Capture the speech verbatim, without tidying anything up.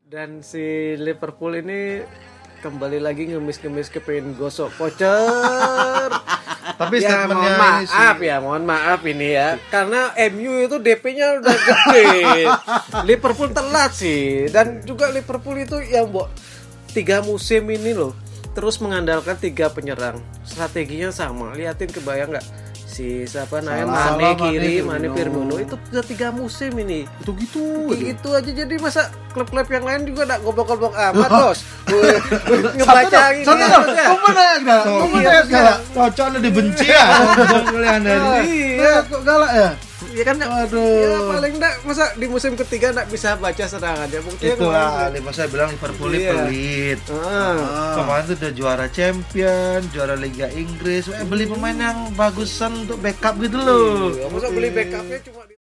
Dan si Liverpool ini kembali lagi ngemis-ngemis kepengen gosok voucher. Tapi ya, statementnya mohon maaf ini sih. ya, mohon maaf ini ya. Karena M U itu D P-nya udah gede. Liverpool telat sih. Dan juga Liverpool itu yang bo- tiga musim ini loh terus mengandalkan tiga penyerang. Strateginya sama. Liatin kebayang nggak? Si siapa namanya Mane kiri, Mane Firmino itu udah tiga musim ini. Itu gitu. Gitu aja jadi masa klub-klub yang lain juga enggak goblok-goblok amat, Bos. Gue ngebaca ini. Satu dong. Kamu mana enggak? Kamu mana galak? Cocok lu dibenci ya. Kuliah dari. Iya, kok galak ya? Iya kan? Aduh. Ya paling enggak masa di musim ketiga enggak bisa baca serangannya. Buktinya Itulah, lima saya bilang Liverpool ini Iya. pelit. Ah. Kemarin tuh udah juara Champion, juara Liga Inggris. Eh, beli pemain yang bagusan untuk backup gitu loh. Iya, masa beli backupnya cuma